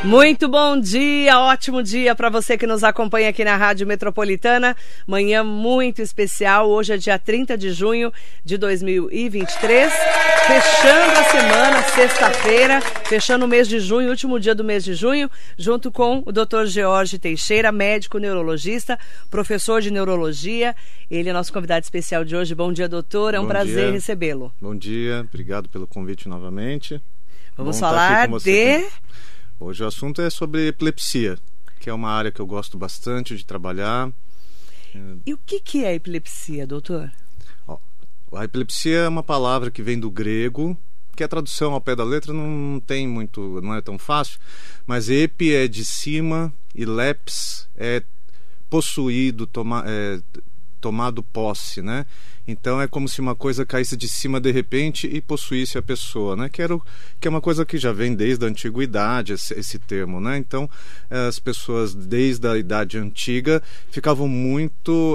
Muito bom dia, ótimo dia para você que nos acompanha aqui na Rádio Metropolitana. Manhã muito especial, hoje é dia 30 de junho de 2023, fechando a semana, sexta-feira, fechando o mês de junho, último dia do mês de junho, junto com o Dr. George Teixeira, médico neurologista, professor de neurologia. Ele é nosso convidado especial de hoje. Bom dia, doutor, é um prazer recebê-lo. Bom dia, obrigado pelo convite novamente. Vamos falar de... Hoje o assunto é sobre epilepsia, que é uma área que eu gosto bastante de trabalhar. E o que é epilepsia, doutor? A epilepsia é uma palavra que vem do grego, que a tradução ao pé da letra não é tão fácil, mas epi é de cima e leps é possuído, tomado posse, né? Então é como se uma coisa caísse de cima de repente e possuísse a pessoa, né? Que é uma coisa que já vem desde a antiguidade, esse termo, né? Então as pessoas desde a idade antiga ficavam muito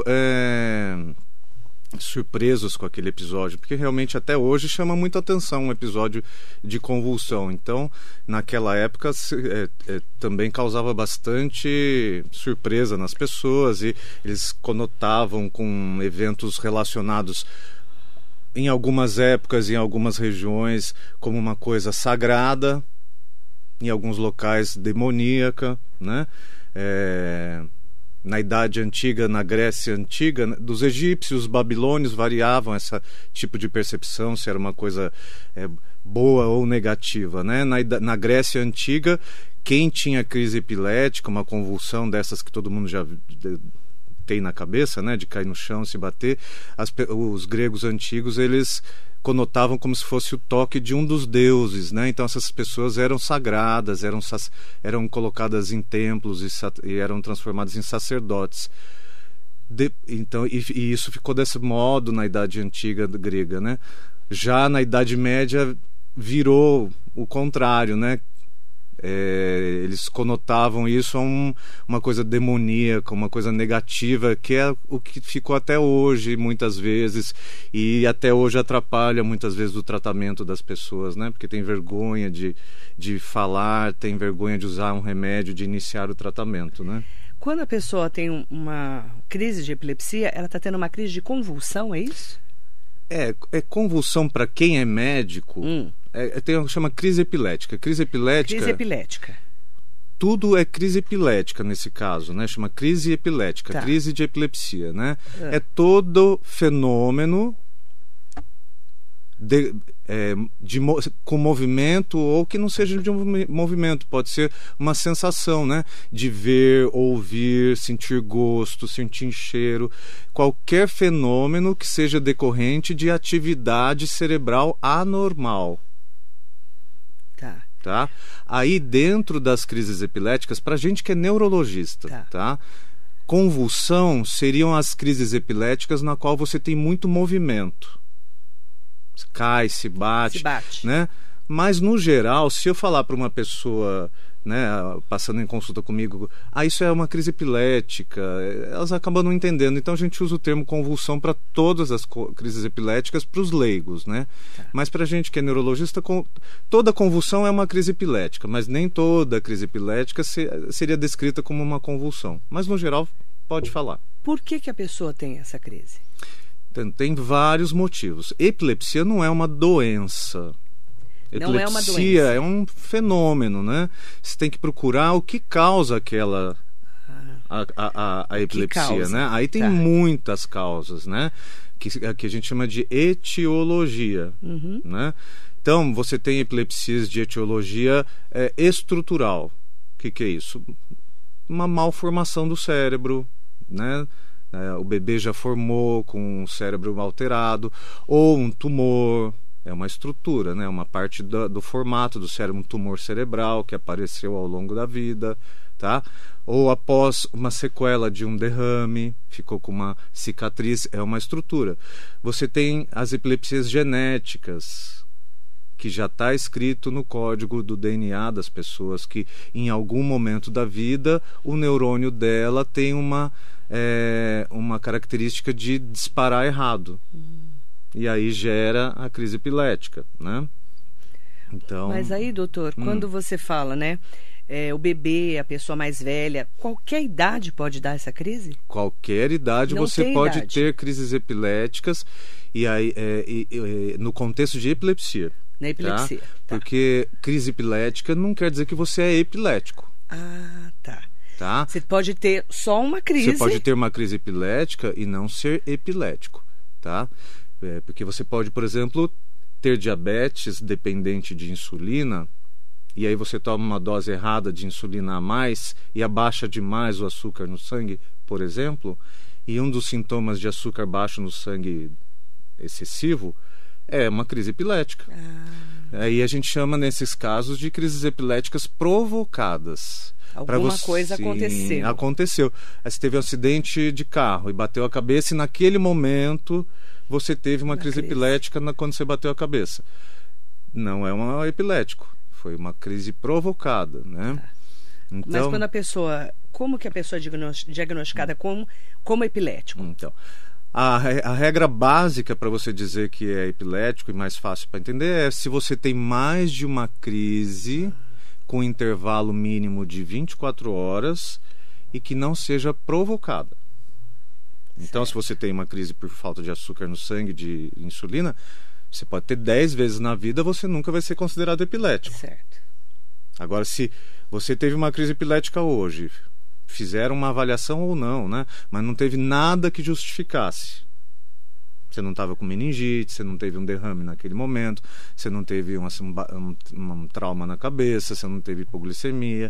surpresos com aquele episódio, porque realmente até hoje chama muita atenção um episódio de convulsão. Então naquela época também causava bastante surpresa nas pessoas e eles conotavam com eventos relacionados em algumas épocas, em algumas regiões, como uma coisa sagrada, em alguns locais demoníaca, né? Na Idade Antiga, na Grécia Antiga, dos egípcios, os babilônios variavam esse tipo de percepção, se era uma coisa boa ou negativa, né? Na Grécia Antiga, quem tinha crise epilética, uma convulsão dessas que todo mundo já tem na cabeça, né? De cair no chão, se bater, os gregos antigos, eles conotavam como se fosse o toque de um dos deuses, né? Então essas pessoas eram sagradas, eram colocadas em templos e eram transformadas em sacerdotes. Então, e isso ficou desse modo na Idade Antiga grega, né? Já na Idade Média virou o contrário, né? Eles conotavam isso a uma coisa demoníaca, uma coisa negativa, que é o que ficou até hoje muitas vezes, e até hoje atrapalha muitas vezes o tratamento das pessoas, né? Porque tem vergonha de falar, tem vergonha de usar um remédio, de iniciar o tratamento, né? Quando a pessoa tem uma crise de epilepsia, ela está tendo uma crise de convulsão, é isso? Convulsão para quem é médico. Chama crise epilética. Crise epilética. Tudo é crise epilética nesse caso, né? Chama crise epilética, tá. Crise de epilepsia, né? É todo fenômeno com movimento ou que não seja de um movimento, pode ser uma sensação, né? De ver, ouvir, sentir gosto, sentir cheiro, qualquer fenômeno que seja decorrente de atividade cerebral anormal. Tá? Aí dentro das crises epiléticas, pra gente que é neurologista, tá? Convulsão seriam as crises epiléticas na qual você tem muito movimento. Cai, se bate. Né? Mas no geral, se eu falar para uma pessoa, né, passando em consulta comigo, isso é uma crise epilética, elas acabam não entendendo. Então a gente usa o termo convulsão para todas as crises epiléticas, para os leigos, né? Mas para a gente que é neurologista, toda convulsão é uma crise epilética, mas nem toda crise epilética seria descrita como uma convulsão. Mas no geral pode falar. Por que a pessoa tem essa crise? Tem vários motivos. Epilepsia não é uma doença. Epilepsia é um fenômeno, né? Você tem que procurar o que causa aquela a epilepsia, né? Aí tem muitas causas, né? Que a gente chama de etiologia, né? Então você tem epilepsias de etiologia estrutural. O que é isso? Uma malformação do cérebro, né? O bebê já formou com o cérebro alterado, ou um tumor. É uma estrutura, né? Uma parte do formato do cérebro, um tumor cerebral que apareceu ao longo da vida, tá? Ou após uma sequela de um derrame, ficou com uma cicatriz, é uma estrutura. Você tem as epilepsias genéticas, que já está escrito no código do DNA das pessoas, que em algum momento da vida o neurônio dela tem uma característica de disparar errado. E aí gera a crise epilética, né? Então, mas aí, doutor, quando você fala, né, o bebê, a pessoa mais velha, qualquer idade pode dar essa crise? Qualquer idade Não você tem pode idade. ter crises epiléticas e aí, no contexto de epilepsia. Na epilepsia. Tá? Tá. Porque crise epilética não quer dizer que você é epilético. Ah, tá. Tá? Você pode ter só uma crise. Você pode ter uma crise epilética e não ser epilético. Tá? Porque você pode, por exemplo, ter diabetes dependente de insulina, e aí você toma uma dose errada de insulina a mais e abaixa demais o açúcar no sangue, por exemplo, e um dos sintomas de açúcar baixo no sangue excessivo é uma crise epilética. Aí a gente chama, nesses casos, de crises epiléticas provocadas. Alguma coisa aconteceu. Aconteceu. Aí você teve um acidente de carro e bateu a cabeça, e naquele momento você teve uma crise epilética quando você bateu a cabeça. Não é um epilético. Foi uma crise provocada, né? Tá. Então, mas quando a pessoa... Como que a pessoa é diagnosticada como epilético? Então, a regra básica para você dizer que é epilético e mais fácil para entender é se você tem mais de uma crise com intervalo mínimo de 24 horas e que não seja provocada. Então, se você tem uma crise por falta de açúcar no sangue, de insulina, você pode ter 10 vezes na vida, você nunca vai ser considerado epilético. Certo. Agora, se você teve uma crise epilética hoje, fizeram uma avaliação ou não, né? Mas não teve nada que justificasse. Você não estava com meningite, você não teve um derrame naquele momento, você não teve um trauma na cabeça, você não teve hipoglicemia.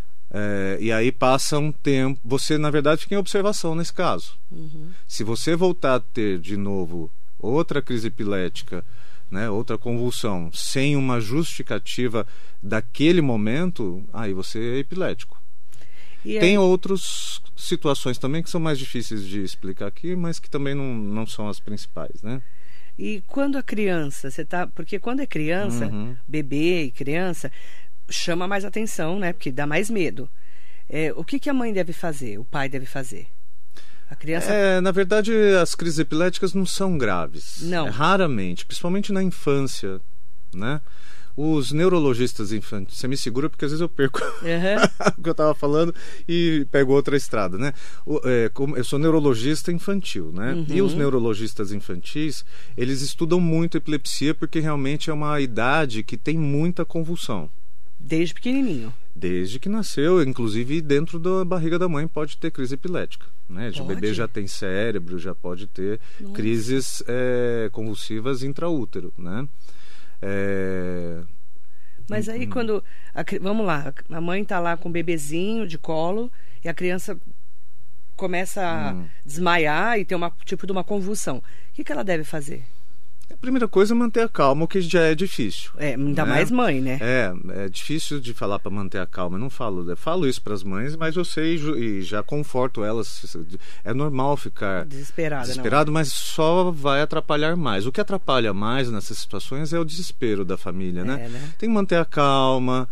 E aí passa um tempo, você na verdade fica em observação nesse caso. Se você voltar a ter de novo outra crise epilética, né, outra convulsão, sem uma justificativa daquele momento, aí você é epilético. Tem outras situações também que são mais difíceis de explicar aqui, mas que também não são as principais, né? E quando a criança, porque quando é criança, bebê e criança, chama mais atenção, né? Porque dá mais medo. O que a mãe deve fazer, o pai deve fazer? A criança... na verdade, as crises epiléticas não são graves. Não. Raramente, principalmente na infância, né? Os neurologistas infantis... Você me segura porque às vezes eu perco o que eu estava falando e pego outra estrada, né? Eu sou neurologista infantil, né? E os neurologistas infantis, eles estudam muito epilepsia porque realmente é uma idade que tem muita convulsão. Desde pequenininho. Desde que nasceu, inclusive dentro da barriga da mãe pode ter crise epilética, né? O bebê já tem cérebro, já pode ter crises convulsivas intraútero, né? Mas aí quando... vamos lá, a mãe está lá com o bebezinho de colo e a criança começa a desmaiar e tem tipo de uma convulsão. O que ela deve fazer? A primeira coisa é manter a calma, o que já é difícil. Ainda mais mãe, né? É difícil de falar para manter a calma. Eu não falo isso para as mães, mas eu sei e já conforto elas. É normal ficar desesperado, mas só vai atrapalhar mais. O que atrapalha mais nessas situações é o desespero da família, né? Tem que manter a calma,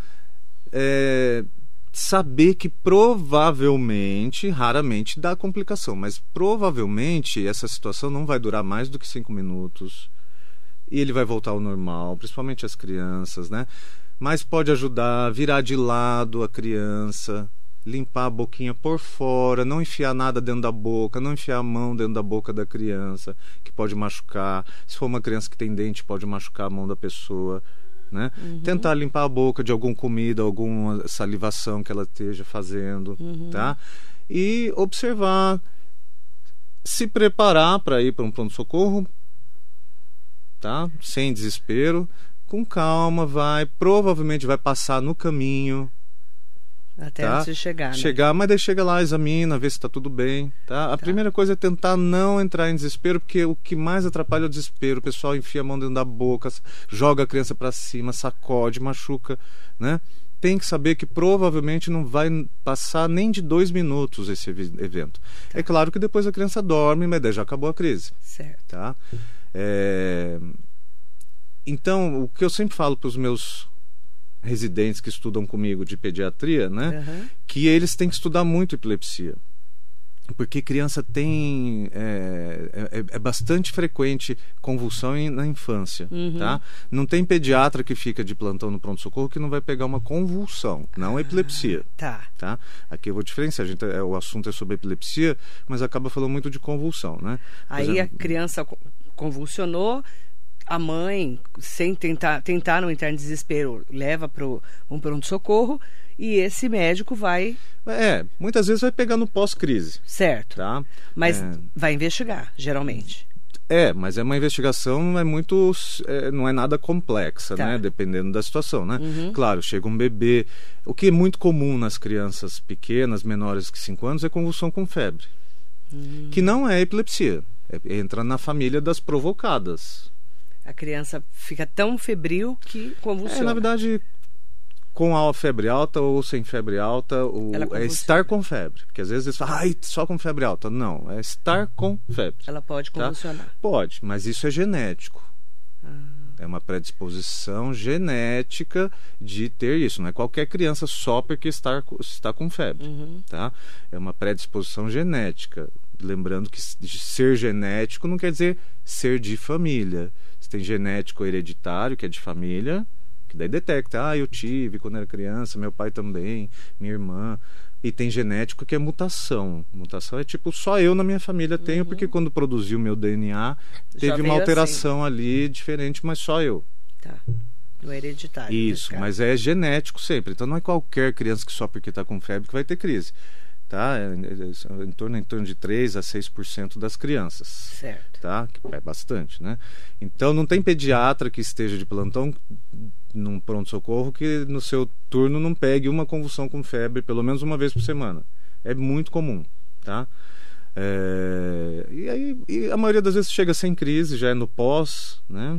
saber que provavelmente, raramente dá complicação, mas provavelmente essa situação não vai durar mais do que 5 minutos. E ele vai voltar ao normal, principalmente as crianças, né? Mas pode ajudar, virar de lado a criança, limpar a boquinha por fora, não enfiar nada dentro da boca, não enfiar a mão dentro da boca da criança, que pode machucar. Se for uma criança que tem dente, pode machucar a mão da pessoa, né? Tentar limpar a boca de alguma comida, alguma salivação que ela esteja fazendo, tá? E observar, se preparar para ir para um pronto-socorro, tá? Sem desespero, com calma, provavelmente vai passar no caminho até antes de chegar, né? Mas daí chega lá, examina, vê se está tudo bem, tá? A primeira coisa é tentar não entrar em desespero, porque o que mais atrapalha é o desespero. O pessoal enfia a mão dentro da boca, joga a criança para cima, sacode, machuca, né? Tem que saber que provavelmente não vai passar nem de 2 minutos esse evento. É claro que depois a criança dorme, mas daí já acabou a crise. Certo. Tá? Então, o que eu sempre falo para os meus residentes que estudam comigo de pediatria, né? Que eles têm que estudar muito epilepsia. Porque criança tem é bastante frequente convulsão na infância, tá? Não tem pediatra que fica de plantão no pronto-socorro que não vai pegar uma convulsão, não epilepsia. Tá? Aqui eu vou diferenciar, o assunto é sobre epilepsia, mas acaba falando muito de convulsão, né? Aí a criança convulsionou, a mãe, sem tentar não entrar em desespero, leva para um pronto-socorro e esse médico vai... muitas vezes vai pegar no pós-crise. Certo. Tá? Mas vai investigar, geralmente. Mas é uma investigação, não é nada complexa, né? Dependendo da situação, né? Claro, chega um bebê. O que é muito comum nas crianças pequenas, menores que 5 anos, é convulsão com febre. Que não é epilepsia. Entra na família das provocadas. A criança fica tão febril que convulsiona. Na verdade, com a febre alta ou sem febre alta, é estar com febre. Porque às vezes eles falam, só com febre alta. Não, é estar com febre. Ela pode convulsionar. Pode, mas isso é genético. É uma predisposição genética de ter isso. Não é qualquer criança só porque está com febre. Tá? É uma predisposição genética. Lembrando que ser genético não quer dizer ser de família. Você tem genético hereditário, que é de família, que daí detecta, eu tive quando era criança, meu pai também, minha irmã. E tem genético que é mutação. Mutação é tipo, só eu na minha família tenho, porque quando produziu o meu DNA, teve uma alteração ali diferente, mas só eu. Tá. No hereditário. Isso, mas é genético sempre. Então não é qualquer criança que só porque está com febre que vai ter crise. Tá? Em torno de 3 a 6% das crianças. Certo. Tá? Que é bastante, né? Então não tem pediatra que esteja de plantão num pronto-socorro que no seu turno não pegue uma convulsão com febre pelo menos uma vez por semana. É muito comum, tá? E a maioria das vezes chega sem crise, já é no pós, né?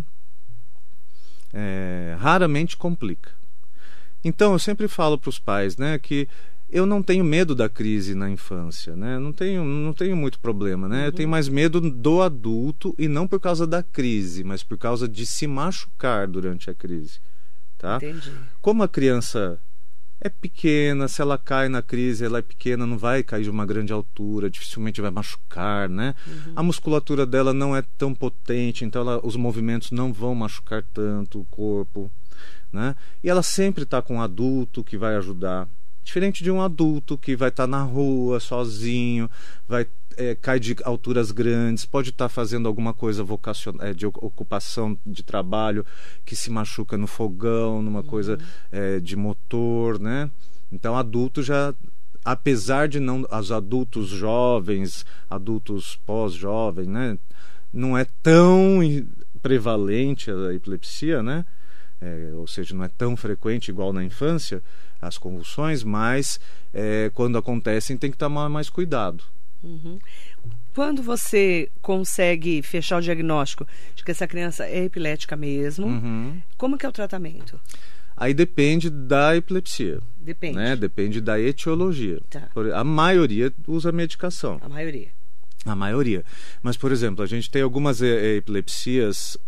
Raramente complica. Então eu sempre falo para os pais, né, que eu não tenho medo da crise na infância, né? Não tenho muito problema, né? Eu tenho mais medo do adulto, e não por causa da crise, mas por causa de se machucar durante a crise, tá? Entendi. Como a criança é pequena, se ela cai na crise, ela é pequena, não vai cair de uma grande altura, dificilmente vai machucar, né? A musculatura dela não é tão potente, então os movimentos não vão machucar tanto o corpo, né? E ela sempre está com um adulto que vai ajudar. Diferente de um adulto que vai estar na rua sozinho, cai de alturas grandes, pode estar fazendo alguma coisa vocacional, de ocupação de trabalho, que se machuca no fogão, numa coisa de motor, né? Então adulto já, apesar de não, os adultos jovens, adultos pós-jovens, né, não é tão prevalente a epilepsia, né? Ou seja, não é tão frequente igual na infância as convulsões, mas quando acontecem tem que tomar mais cuidado. Quando você consegue fechar o diagnóstico de que essa criança é epilética mesmo, como que é o tratamento? Aí depende da epilepsia. Depende. Né? Depende da etiologia. Tá. A maioria usa medicação. A maioria. Mas, por exemplo, a gente tem algumas epilepsias,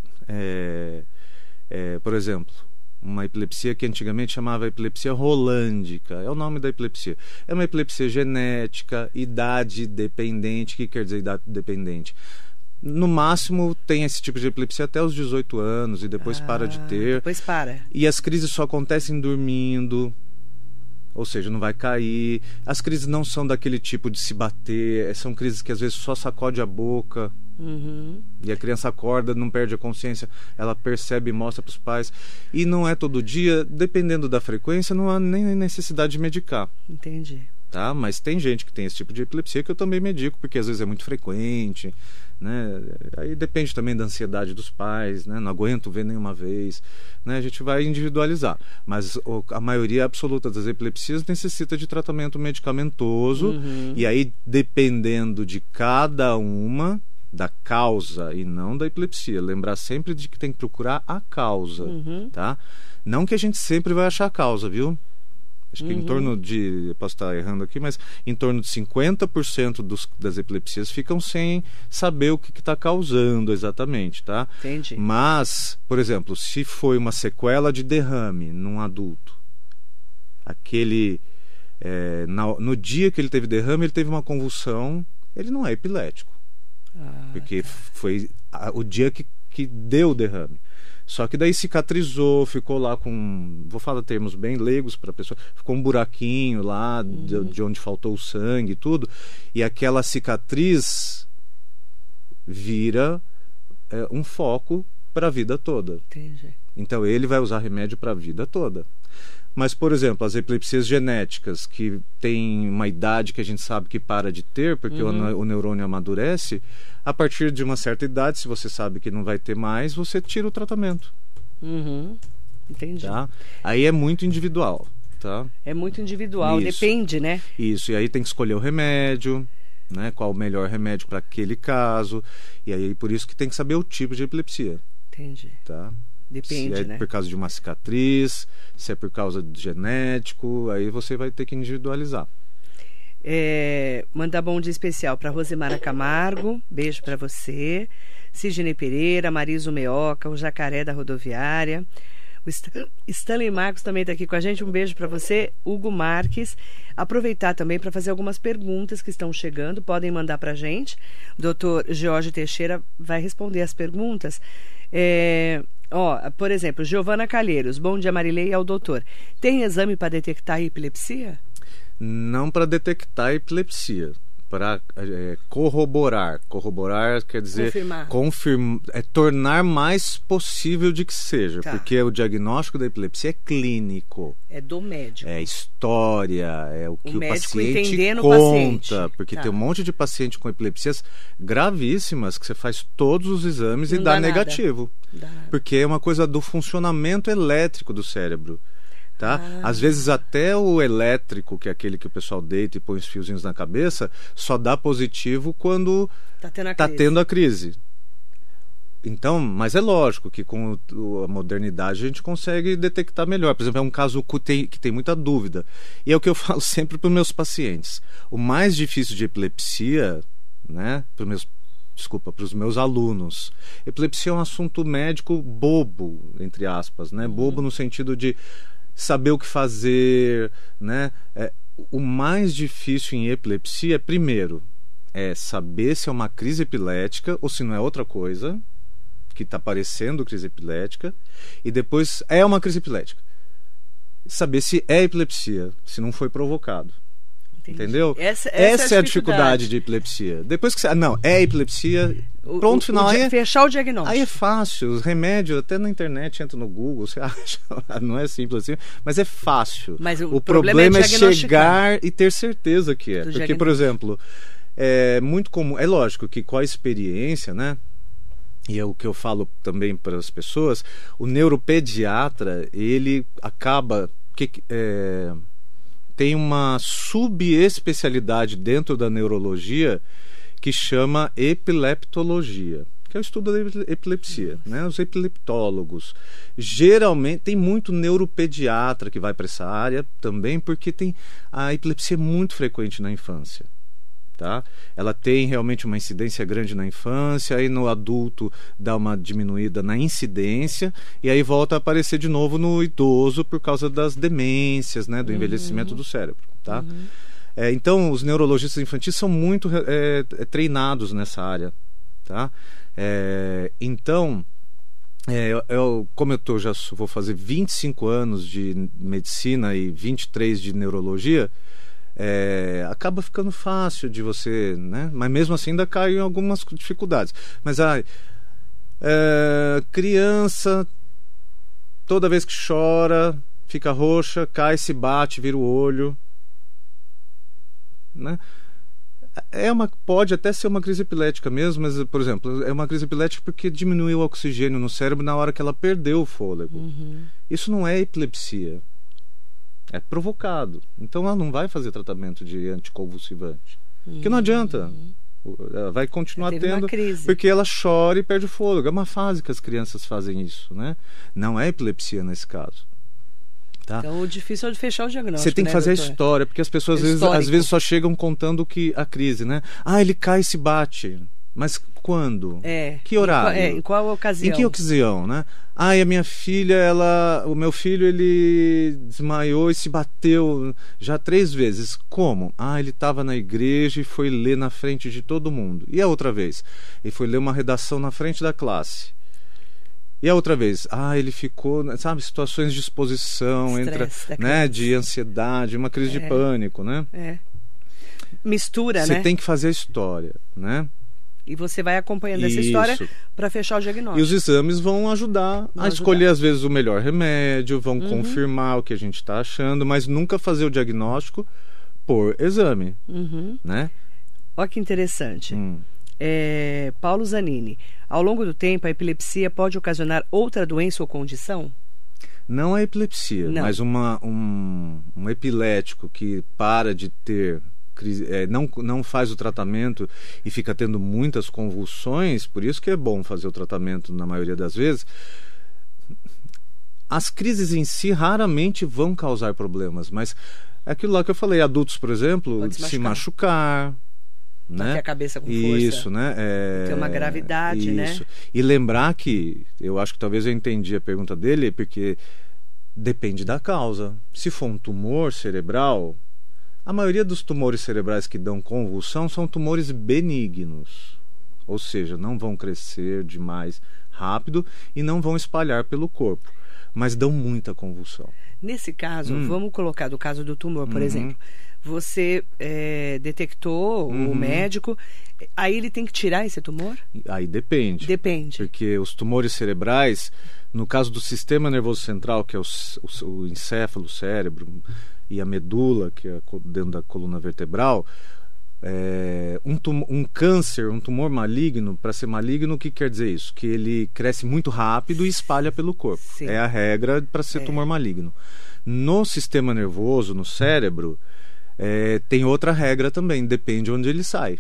por exemplo, uma epilepsia que antigamente chamava epilepsia rolândica, é o nome da epilepsia. É uma epilepsia genética, idade dependente. O que quer dizer idade dependente? No máximo tem esse tipo de epilepsia até os 18 anos e depois para de ter. Depois para. E as crises só acontecem dormindo, ou seja, não vai cair. As crises não são daquele tipo de se bater, são crises que às vezes só sacode a boca. E a criança acorda, não perde a consciência, ela percebe e mostra para os pais. E não é todo dia, dependendo da frequência, não há nem necessidade de medicar. Entendi. Tá? Mas tem gente que tem esse tipo de epilepsia que eu também medico, porque às vezes é muito frequente, né? Aí depende também da ansiedade dos pais, né? Não aguento ver nenhuma vez, né? A gente vai individualizar, mas a maioria absoluta das epilepsias necessita de tratamento medicamentoso. E aí, dependendo de cada uma, da causa e não da epilepsia, lembrar sempre de que tem que procurar a causa, tá? Não que a gente sempre vai achar a causa, viu? Acho que em torno de, posso estar errando aqui, mas em torno de 50% das epilepsias ficam sem saber o que está causando exatamente, tá? Entendi. Mas, por exemplo, se foi uma sequela de derrame num adulto, aquele No dia que ele teve derrame, ele teve uma convulsão, ele não é epilético. Porque foi o dia que deu o derrame. Só que daí cicatrizou, ficou lá com, vou falar termos bem leigos para a pessoa, ficou um buraquinho lá de onde faltou o sangue e tudo, e aquela cicatriz vira um foco para a vida toda. Entendi. Então ele vai usar remédio para a vida toda. Mas, por exemplo, as epilepsias genéticas, que tem uma idade que a gente sabe que para de ter, porque o neurônio amadurece, a partir de uma certa idade, se você sabe que não vai ter mais, você tira o tratamento. Entendi. Tá? Aí é muito individual. Tá? É muito individual, Isso. Depende, né? Isso, e aí tem que escolher o remédio, né? Qual o melhor remédio para aquele caso. E aí por isso que tem que saber o tipo de epilepsia. Entendi. Tá? Depende, se é né? por causa de uma cicatriz, se é por causa de genético, aí você vai ter que individualizar. Mandar bom dia especial para Rosemara Camargo, beijo para você. Sidney Pereira, Mariso Meoca, o Jacaré da Rodoviária. O Stanley Marcos também está aqui com a gente, um beijo para você. Hugo Marques. Aproveitar também para fazer algumas perguntas que estão chegando, podem mandar para a gente. O doutor Jorge Teixeira vai responder as perguntas. Por exemplo, Giovana Calheiros, bom dia Marilei e ao doutor. Tem exame para detectar epilepsia? Não para detectar epilepsia, para corroborar. Corroborar quer dizer tornar mais possível de que seja, porque o diagnóstico da epilepsia é clínico. É do médico. É história, é o que o paciente entendendo conta, o paciente. Porque tem um monte de paciente com epilepsias gravíssimas que você faz todos os exames e dá negativo. Porque é uma coisa do funcionamento elétrico do cérebro. Tá? Às vezes até o elétrico, que é aquele que o pessoal deita e põe os fiozinhos na cabeça, só dá positivo quando está tendo a crise. Então, mas é lógico que com a modernidade a gente consegue detectar melhor. Por exemplo, é um caso que tem muita dúvida. E é o que eu falo sempre para os meus pacientes. O mais difícil de epilepsia, né, para os meus alunos, epilepsia é um assunto médico bobo, entre aspas, né? Bobo no sentido de saber o que fazer, né? O mais difícil em epilepsia, primeiro, é saber se é uma crise epilética ou se não é outra coisa que está parecendo crise epilética, e depois é uma crise epilética. Saber se é epilepsia, se não foi provocado. Entendi. Entendeu? Essa é a dificuldade de epilepsia. Depois que você... Não, é epilepsia... Pronto, final. Fechar o diagnóstico. Aí é fácil. Os remédios, até na internet, entra no Google, você acha. Não é simples assim, mas é fácil. Mas o problema é chegar e ter certeza que é. Porque, por exemplo, é muito comum. É lógico que com a experiência, né? E é o que eu falo também para as pessoas, o neuropediatra, ele acaba... tem uma subespecialidade dentro da neurologia que chama epileptologia, que é o estudo da epilepsia, né? Os epileptólogos. Geralmente tem muito neuropediatra que vai para essa área também, porque a epilepsia é muito frequente na infância. Tá? Ela tem realmente uma incidência grande na infância, aí no adulto dá uma diminuída na incidência e aí volta a aparecer de novo no idoso por causa das demências, né? Do envelhecimento do cérebro. Tá? Então os neurologistas infantis são muito treinados nessa área. Tá? Então, como eu já vou fazer 25 anos de medicina e 23 de neurologia, acaba ficando fácil de você, né? Mas mesmo assim ainda cai em algumas dificuldades. Mas criança, toda vez que chora, fica roxa, cai, se bate, vira o olho, né? Pode até ser uma crise epilética mesmo, mas, por exemplo, é uma crise epilética porque diminuiu o oxigênio no cérebro na hora que ela perdeu o fôlego. Isso não é epilepsia. É provocado. Então ela não vai fazer tratamento de anticonvulsivante. Porque não adianta. Ela vai continuar tendo, porque ela chora e perde o fôlego. É uma fase que as crianças fazem isso, né? Não é epilepsia nesse caso. Tá? Então o difícil é de fechar o diagnóstico. Você tem que fazer a história, porque as pessoas às vezes só chegam contando a crise, né? Ele cai e se bate. Mas quando? É. Que horário? Em qual ocasião? Em que ocasião, né? Ah, e a minha filha, o meu filho, ele desmaiou e se bateu já 3 vezes. Como? Ah, ele estava na igreja e foi ler na frente de todo mundo. E a outra vez? Ele foi ler uma redação na frente da classe. E a outra vez? Ah, ele ficou, sabe, situações de exposição, né, de ansiedade, uma crise de pânico, né? Mistura, né? Você tem que fazer a história, né? E você vai acompanhando essa história para fechar o diagnóstico. E os exames vão ajudar a escolher, às vezes, o melhor remédio, vão confirmar o que a gente está achando, mas nunca fazer o diagnóstico por exame, né? Olha que interessante. Paulo Zanini, ao longo do tempo, a epilepsia pode ocasionar outra doença ou condição? Não a epilepsia, mas um epilético que para de ter... não faz o tratamento e fica tendo muitas convulsões, por isso que é bom fazer o tratamento na maioria das vezes. As crises em si raramente vão causar problemas, mas é aquilo lá que eu falei, adultos, por exemplo, se machucar, né? Ter a cabeça com isso, força. Né? Ter uma gravidade, isso. né? E lembrar que, eu acho que talvez eu entendi a pergunta dele, porque depende da causa. Se for um tumor cerebral, a maioria dos tumores cerebrais que dão convulsão são tumores benignos, ou seja, não vão crescer demais rápido e não vão espalhar pelo corpo, mas dão muita convulsão. Nesse caso, vamos colocar do caso do tumor, por exemplo, você detectou, o médico, aí ele tem que tirar esse tumor? Aí depende. Depende. Porque os tumores cerebrais, no caso do sistema nervoso central, que é o encéfalo, o cérebro, e a medula, que é dentro da coluna vertebral, um câncer, um tumor maligno, para ser maligno, o que quer dizer isso? Que ele cresce muito rápido e espalha pelo corpo. Sim. É a regra para ser tumor maligno. No sistema nervoso, no cérebro, tem outra regra também, depende onde ele sai.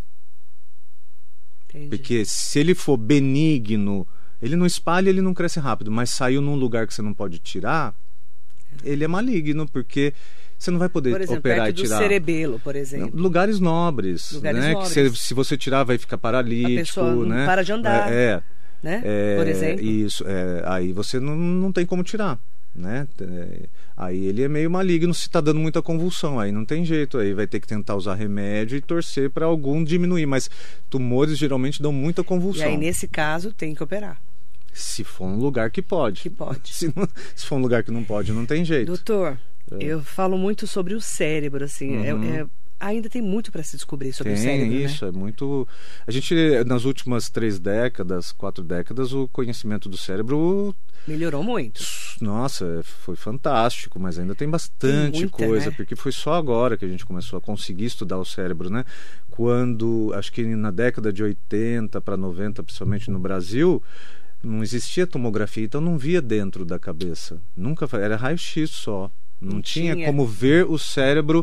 Entendi. Porque se ele for benigno, ele não espalha, ele não cresce rápido, mas saiu num lugar que você não pode tirar, ele é maligno, porque você não vai poder por exemplo, operar e perto tirar. Do cerebelo, por exemplo. Lugares nobres, né? nobres. Que se você tirar vai ficar paralítico, a pessoa não né? para de andar, né? Por exemplo. Isso, aí você não tem como tirar, né? Aí ele é meio maligno se está dando muita convulsão, aí não tem jeito, aí vai ter que tentar usar remédio e torcer para algum diminuir, mas tumores geralmente dão muita convulsão. E aí nesse caso tem que operar. Se for um lugar que pode. Que pode. Se for um lugar que não pode, não tem jeito. Doutor, eu falo muito sobre o cérebro, assim, ainda tem muito para se descobrir sobre o cérebro, isso, né? É muito... A gente, nas últimas 3 décadas, 4 décadas, o conhecimento do cérebro... Melhorou muito. Nossa, foi fantástico, mas ainda tem bastante coisa, né? Porque foi só agora que a gente começou a conseguir estudar o cérebro, né? Quando, acho que na década de 80 para 90, principalmente no Brasil, não existia tomografia, então não via dentro da cabeça. Nunca, era raio-x só. Não tinha como ver o cérebro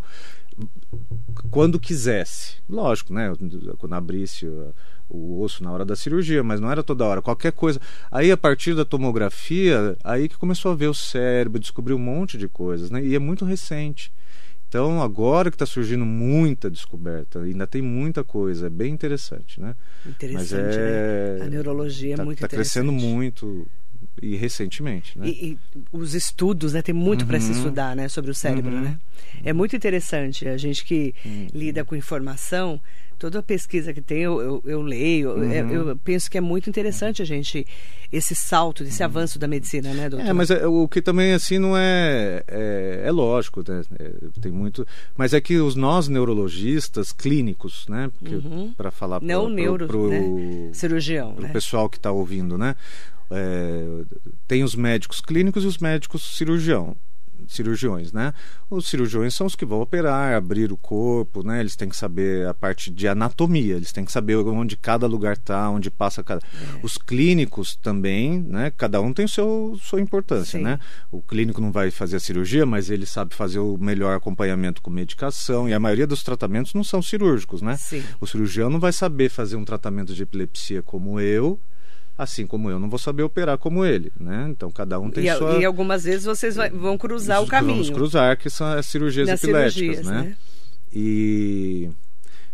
quando quisesse. Lógico, né? Quando abrisse o osso na hora da cirurgia, mas não era toda hora. Qualquer coisa. Aí, a partir da tomografia, aí que começou a ver o cérebro, descobriu um monte de coisas, né? E é muito recente. Então, agora que está surgindo muita descoberta, ainda tem muita coisa, é bem interessante, né? Interessante, né? A neurologia é muito interessante. Está crescendo muito, e recentemente, né? E os estudos, né? Tem muito para se estudar, né? Sobre o cérebro, né? É muito interessante. A gente que lida com informação, toda a pesquisa que tem, eu leio, eu penso que é muito interessante a gente, esse salto, esse avanço da medicina, né, doutor? Mas o que também, assim, não é lógico, né? Tem muito... Mas é que nós neurologistas clínicos, né? Para falar né? Cirurgião, pro né? pessoal que está ouvindo, né? Tem os médicos clínicos e os médicos cirurgiões, né? Os cirurgiões são os que vão operar, abrir o corpo, né? Eles têm que saber a parte de anatomia, eles têm que saber onde cada lugar está, onde passa cada... Os clínicos também, né? Cada um tem sua importância, né? O clínico não vai fazer a cirurgia, mas ele sabe fazer o melhor acompanhamento com medicação, e a maioria dos tratamentos não são cirúrgicos, né? Sim. O cirurgião não vai saber fazer um tratamento de epilepsia como eu, assim como eu não vou saber operar como ele, né? Então cada um tem sua... E algumas vezes vocês vão cruzar o caminho. Vamos cruzar, que são as cirurgias epiléticas, né?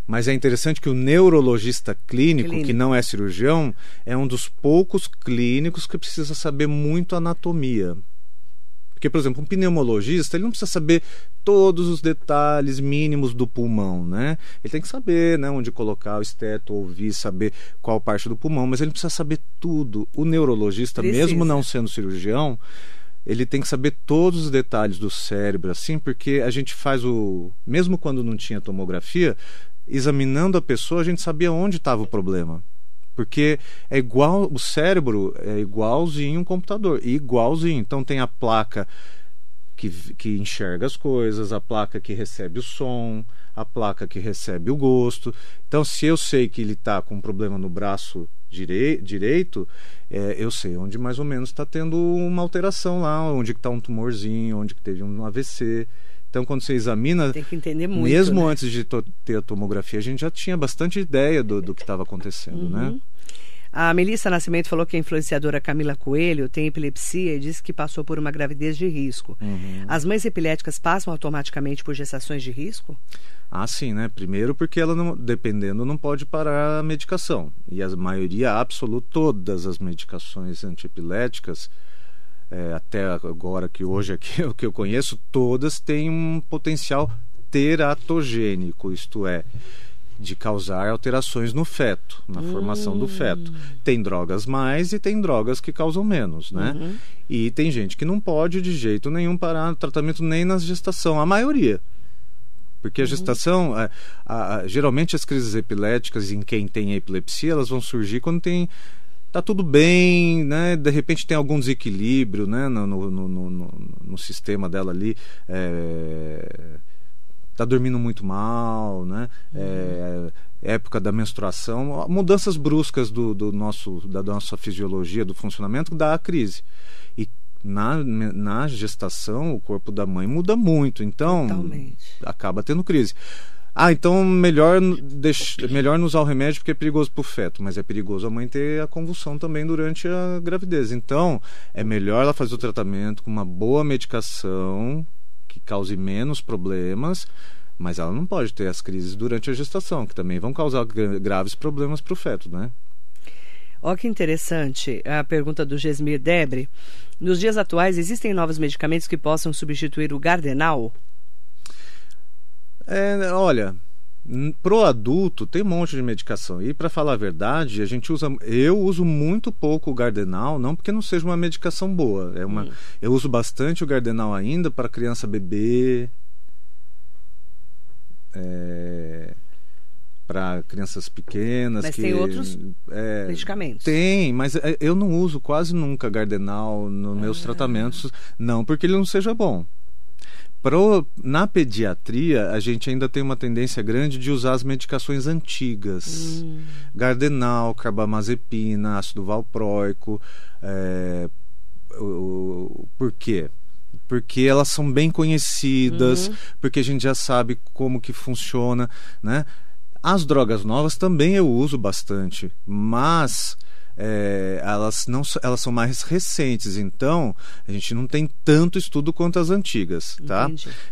Mas é interessante que o neurologista clínico, que não é cirurgião, é um dos poucos clínicos que precisa saber muito anatomia. Porque, por exemplo, um pneumologista, ele não precisa saber todos os detalhes mínimos do pulmão, né? Ele tem que saber, né, onde colocar o esteto, ouvir, saber qual parte do pulmão, mas ele não precisa saber tudo. O neurologista, mesmo não sendo cirurgião, ele tem que saber todos os detalhes do cérebro, assim, porque a gente faz mesmo quando não tinha tomografia, examinando a pessoa, a gente sabia onde estava o problema. Porque é igual, o cérebro é igualzinho um computador, igualzinho. Então tem a placa que enxerga as coisas, a placa que recebe o som, a placa que recebe o gosto. Então, se eu sei que ele está com um problema no braço direito, eu sei onde mais ou menos está tendo uma alteração lá, onde está um tumorzinho, onde que teve um AVC. Então, quando você examina, tem que entender muito, mesmo né? Antes de ter a tomografia, a gente já tinha bastante ideia do que estava acontecendo, né? A Melissa Nascimento falou que a influenciadora Camila Coelho tem epilepsia e disse que passou por uma gravidez de risco. As mães epiléticas passam automaticamente por gestações de risco? Ah, sim, né? Primeiro porque ela, dependendo, não pode parar a medicação. E a maioria absoluta, todas as medicações antiepiléticas, até agora, que hoje aqui o que eu conheço, todas têm um potencial teratogênico, isto é, de causar alterações no feto, na formação do feto. Tem drogas mais e tem drogas que causam menos, né? E tem gente que não pode de jeito nenhum parar o tratamento nem na gestação, a maioria. Porque a gestação, geralmente as crises epiléticas em quem tem epilepsia, elas vão surgir quando tá tudo bem, né? De repente tem algum desequilíbrio, né? no sistema dela ali, tá dormindo muito mal, né? Época da menstruação, mudanças bruscas da nossa fisiologia, do funcionamento, dá a crise. E na gestação, o corpo da mãe muda muito, então acaba tendo crise. Então melhor não usar o remédio porque é perigoso para o feto, mas é perigoso a mãe ter a convulsão também durante a gravidez. Então é melhor ela fazer o tratamento com uma boa medicação que cause menos problemas, mas ela não pode ter as crises durante a gestação, que também vão causar graves problemas para o feto, né? Olha que interessante a pergunta do Gesmir Debre. Nos dias atuais, existem novos medicamentos que possam substituir o Gardenal? Olha, pro adulto tem um monte de medicação. E para falar a verdade, eu uso muito pouco o Gardenal, não porque não seja uma medicação boa. Eu uso bastante o Gardenal ainda para criança bebê, para crianças pequenas. Mas tem outros medicamentos? Tem, mas eu não uso quase nunca Gardenal nos meus tratamentos, não porque ele não seja bom. Na pediatria, a gente ainda tem uma tendência grande de usar as medicações antigas. Gardenal, carbamazepina, ácido valproico. Por quê? Porque elas são bem conhecidas, porque a gente já sabe como que funciona, né? As drogas novas também eu uso bastante, mas elas são mais recentes, então a gente não tem tanto estudo quanto as antigas, tá?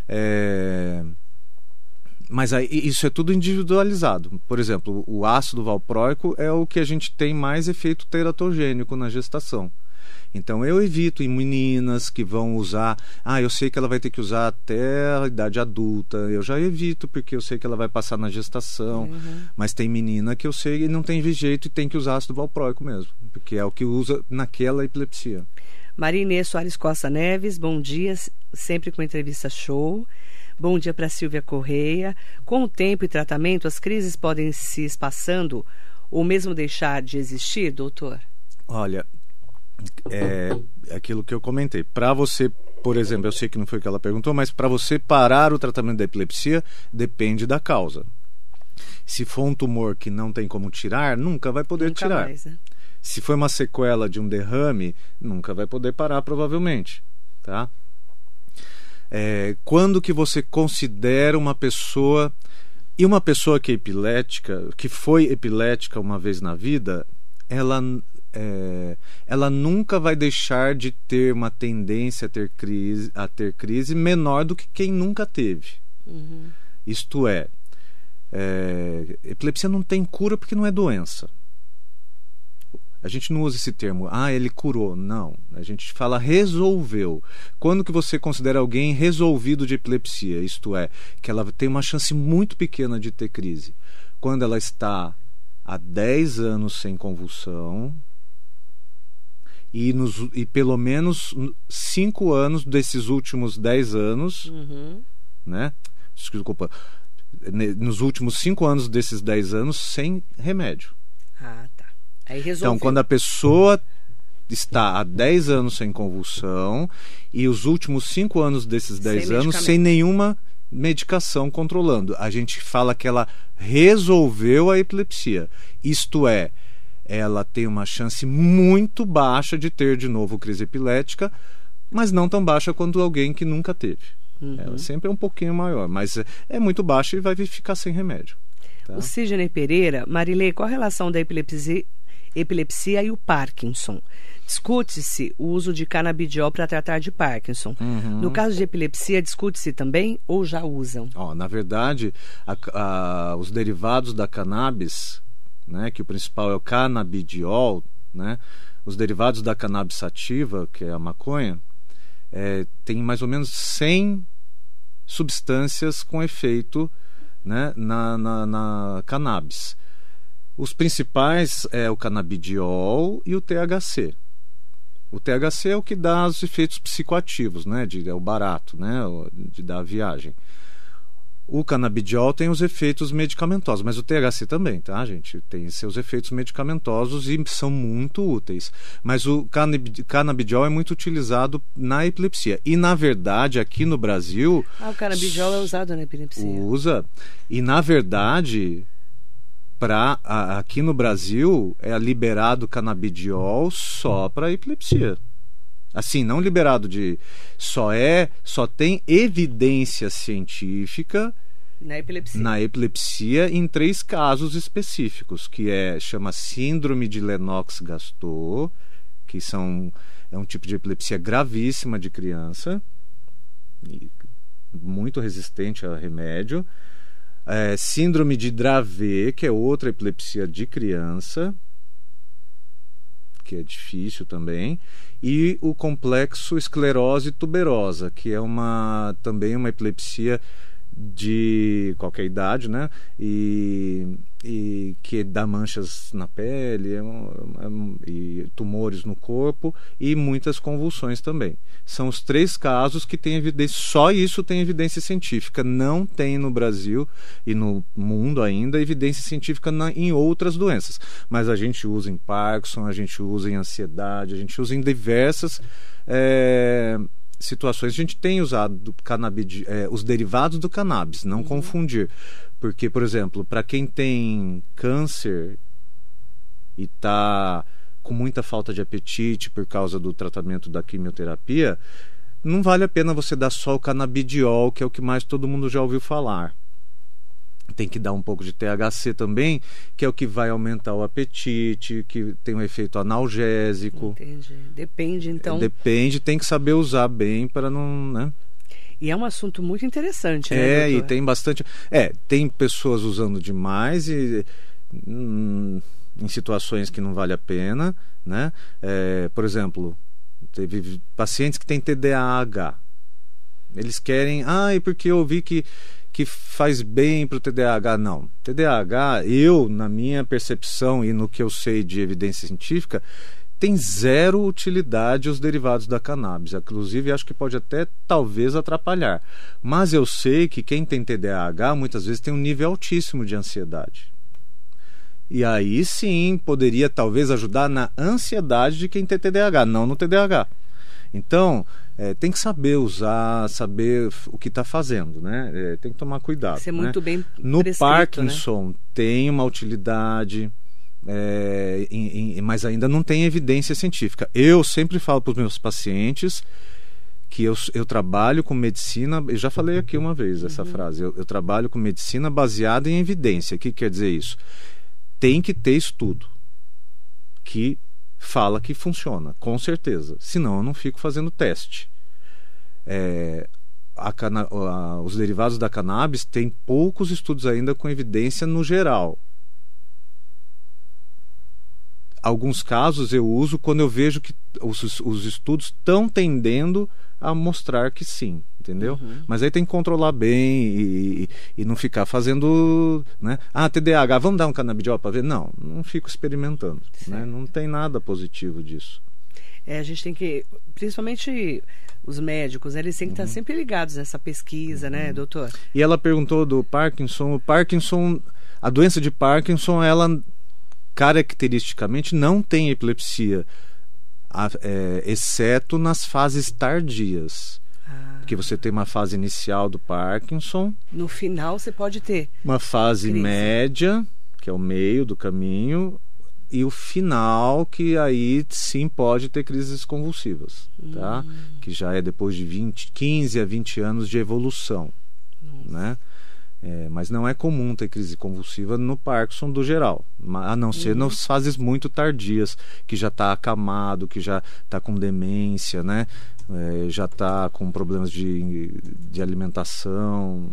Mas aí, isso é tudo individualizado. Por exemplo, o ácido valproico é o que a gente tem mais efeito teratogênico na gestação. Então eu evito em meninas que vão usar, eu sei que ela vai ter que usar até a idade adulta, eu já evito porque eu sei que ela vai passar na gestação, mas tem menina que eu sei que não tem jeito e tem que usar ácido valproico mesmo, porque é o que usa naquela epilepsia. Maria Inês Soares Costa Neves, bom dia, sempre com entrevista show. Bom dia para Silvia Correia. Com o tempo e tratamento, as crises podem se espaçando ou mesmo deixar de existir, doutor? Olha, aquilo que eu comentei. Para você, por exemplo, eu sei que não foi o que ela perguntou, mas para você parar o tratamento da epilepsia, depende da causa. Se for um tumor que não tem como tirar, nunca vai poder tirar. Mais, né? Se foi uma sequela de um derrame, nunca vai poder parar, provavelmente. Tá? Quando que você considera uma pessoa... E uma pessoa que é epilética, que foi epilética uma vez na vida, ela nunca vai deixar de ter uma tendência a ter crise menor do que quem nunca teve. Isto é, Epilepsia não tem cura porque não é doença. A gente não usa esse termo, ele curou. Não, a gente fala resolveu. Quando que você considera alguém resolvido de epilepsia? Isto é, que ela tem uma chance muito pequena de ter crise. Quando ela está há 10 anos sem convulsão e pelo menos 5 anos desses últimos 10 anos, né? Desculpa, nos últimos 5 anos desses 10 anos sem remédio. Ah, tá. Então, quando a pessoa está há 10 anos sem convulsão e os últimos 5 anos desses 10 anos sem nenhuma medicação controlando, a gente fala que ela resolveu a epilepsia. Isto é, ela tem uma chance muito baixa de ter de novo crise epilética, mas não tão baixa quanto alguém que nunca teve. Ela sempre é um pouquinho maior, mas é muito baixa e vai ficar sem remédio. Tá? O Sidney Pereira, Marilei, qual a relação da epilepsia e o Parkinson? Discute-se o uso de canabidiol para tratar de Parkinson. No caso de epilepsia, discute-se também ou já usam? Na verdade, os derivados da cannabis, né, que o principal é o canabidiol, né, os derivados da cannabis sativa, que é a maconha, tem mais ou menos 100 substâncias com efeito, né, na cannabis. Os principais é o canabidiol e o THC. O THC é o que dá os efeitos psicoativos, né? É o barato, né? De dar a viagem. O canabidiol tem os efeitos medicamentosos, mas o THC também, tá, gente? Tem seus efeitos medicamentosos e são muito úteis. Mas o canabidiol é muito utilizado na epilepsia. E, na verdade, aqui no Brasil... o canabidiol é usado na epilepsia. Usa. E, na verdade... aqui no Brasil é liberado canabidiol só para epilepsia. Assim, não liberado de... Só tem evidência científica na epilepsia em 3 casos específicos, que chama síndrome de Lennox-Gastaut, que é um tipo de epilepsia gravíssima de criança, muito resistente a remédio. Síndrome de Dravet, que é outra epilepsia de criança, que é difícil também, e o complexo esclerose tuberosa, que é também uma epilepsia de qualquer idade, né? E que dá manchas na pele e tumores no corpo e muitas convulsões também. São os 3 casos que tem evidência, só isso tem evidência científica. Não tem no Brasil e no mundo ainda evidência científica em outras doenças. Mas a gente usa em Parkinson, a gente usa em ansiedade, a gente usa em diversas situações. A gente tem usado os derivados do cannabis, não confundir. Porque, por exemplo, para quem tem câncer e está com muita falta de apetite por causa do tratamento da quimioterapia, não vale a pena você dar só o canabidiol, que é o que mais todo mundo já ouviu falar. Tem que dar um pouco de THC também, que é o que vai aumentar o apetite, que tem um efeito analgésico. Entendi. Depende, então. Depende, tem que saber usar bem para não... né? E é um assunto muito interessante, né, doutor? E tem bastante... tem pessoas usando demais e em situações que não vale a pena, né? Por exemplo, teve pacientes que têm TDAH. Eles querem... porque eu ouvi que faz bem para o TDAH. Não. TDAH, na minha percepção e no que eu sei de evidência científica, tem 0 utilidade os derivados da cannabis. Inclusive, acho que pode até, talvez, atrapalhar. Mas eu sei que quem tem TDAH, muitas vezes, tem um nível altíssimo de ansiedade. E aí, sim, poderia, talvez, ajudar na ansiedade de quem tem TDAH, não no TDAH. Então, tem que saber usar, saber o que está fazendo, né? Tem que tomar cuidado. Ser muito bem no prescrito, Parkinson, né? Tem uma utilidade... mas ainda não tem evidência científica. Eu sempre falo para os meus pacientes que eu trabalho com medicina, eu já falei aqui uma vez essa frase, eu trabalho com medicina baseada em evidência. O que quer dizer isso? Tem que ter estudo que fala que funciona, com certeza, senão eu não fico fazendo teste. os derivados da cannabis têm poucos estudos ainda com evidência no geral. Alguns casos eu uso quando eu vejo que os estudos estão tendendo a mostrar que sim, entendeu? Mas aí tem que controlar bem e não ficar fazendo, né? TDAH, vamos dar um canabidiol para ver? Não fico experimentando, né? Não tem nada positivo disso. A gente tem que, principalmente os médicos, eles têm que estar sempre ligados nessa pesquisa, né, doutor? E ela perguntou do Parkinson. O Parkinson, a doença de Parkinson, ela caracteristicamente não tem epilepsia, exceto nas fases tardias. Porque você tem uma fase inicial do Parkinson. No final você pode ter uma fase média, que é o meio do caminho, e o final, que aí sim pode ter crises convulsivas, tá? Que já é depois de 15 a 20 anos de evolução, né? Mas não é comum ter crise convulsiva no Parkinson do geral, a não ser nas fases muito tardias, que já está acamado, que já está com demência, né? Já está com problemas de alimentação,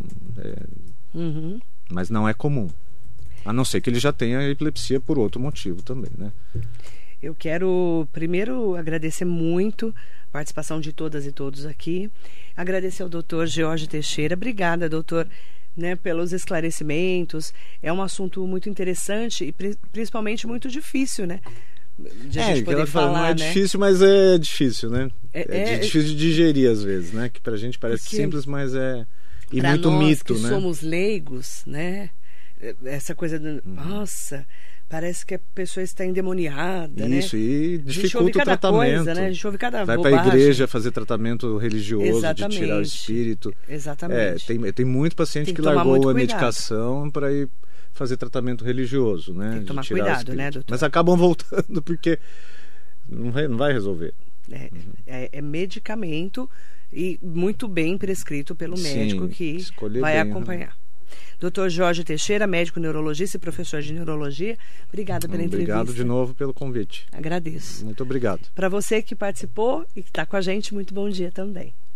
mas não é comum. A não ser que ele já tenha epilepsia por outro motivo também, né? Eu quero primeiro agradecer muito a participação de todas e todos aqui. Agradecer ao doutor George Teixeira. Obrigada, doutor, né, pelos esclarecimentos. É um assunto muito interessante e principalmente muito difícil, né? De a gente poder falar, não é difícil, mas é difícil, né? É difícil de digerir às vezes, né? Que pra gente parece simples, mas e muito mito, né? Somos leigos, né? Essa coisa nossa, parece que a pessoa está endemoniada, isso, né? E dificulta o tratamento. Coisa, né? A gente ouve cada vai para a igreja fazer tratamento religioso, de tirar o espírito. Exatamente. Tem muito paciente que largou a medicação para ir fazer tratamento religioso, né? Tem que tomar cuidado, né, doutor? Mas acabam voltando porque não vai resolver. É medicamento e muito bem prescrito pelo médico que vai acompanhar. Dr. Jorge Teixeira, médico neurologista e professor de neurologia, obrigada pela entrevista. Obrigado de novo pelo convite. Agradeço. Muito obrigado. Para você que participou e que está com a gente, muito bom dia também.